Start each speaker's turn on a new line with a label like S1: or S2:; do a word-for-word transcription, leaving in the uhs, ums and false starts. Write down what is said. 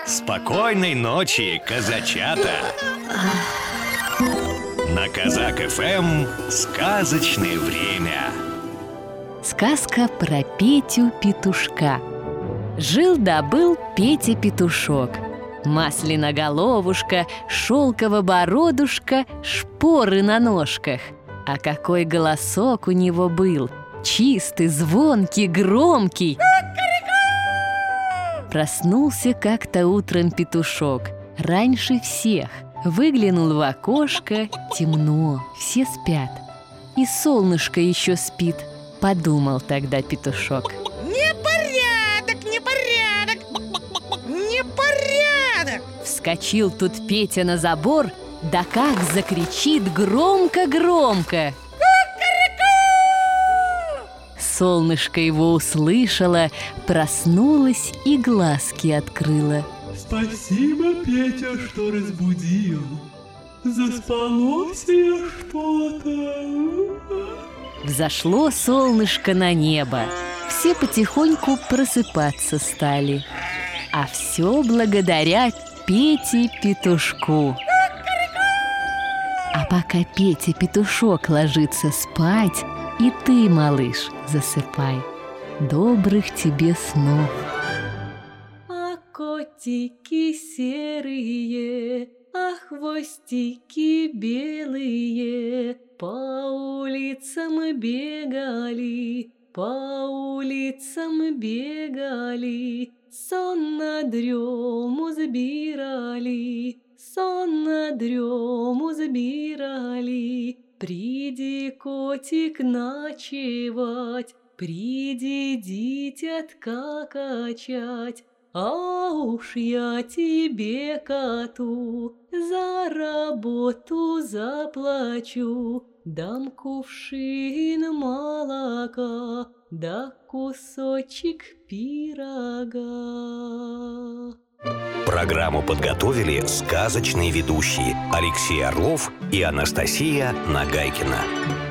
S1: Спокойной ночи, казачата! На Казак эф эм сказочное время.
S2: Сказка про Петю-петушка. Жил-да был Петя-петушок. Маслиноголовушка, шелково-бородушка, шпоры на ножках. А какой голосок у него был! Чистый, звонкий, громкий. Проснулся как-то утром петушок, раньше всех. Выглянул в окошко, темно, все спят. И солнышко еще спит, подумал тогда петушок.
S3: Непорядок, непорядок, непорядок!
S2: Вскочил тут Петя на забор, да как закричит громко-громко. Солнышко его услышало, проснулось и глазки открыло.
S4: Спасибо, Петя, что разбудил. Заспалось я что-то.
S2: Взошло солнышко на небо. Все потихоньку просыпаться стали. А все благодаря Пете-петушку. А пока Петя-петушок ложится спать, и ты, малыш, засыпай. Добрых тебе снов. А котики серые, а хвостики белые по улицам бегали, по улицам бегали, сон на дрему сбирали, сон на дрему сбирали. Приди, котик, ночевать, приди, дитятка качать, а уж я тебе, коту, за работу заплачу. Дам кувшин молока, да кусочек пирога.
S1: Программу подготовили сказочные ведущие Алексей Орлов и Анастасия Нагайкина.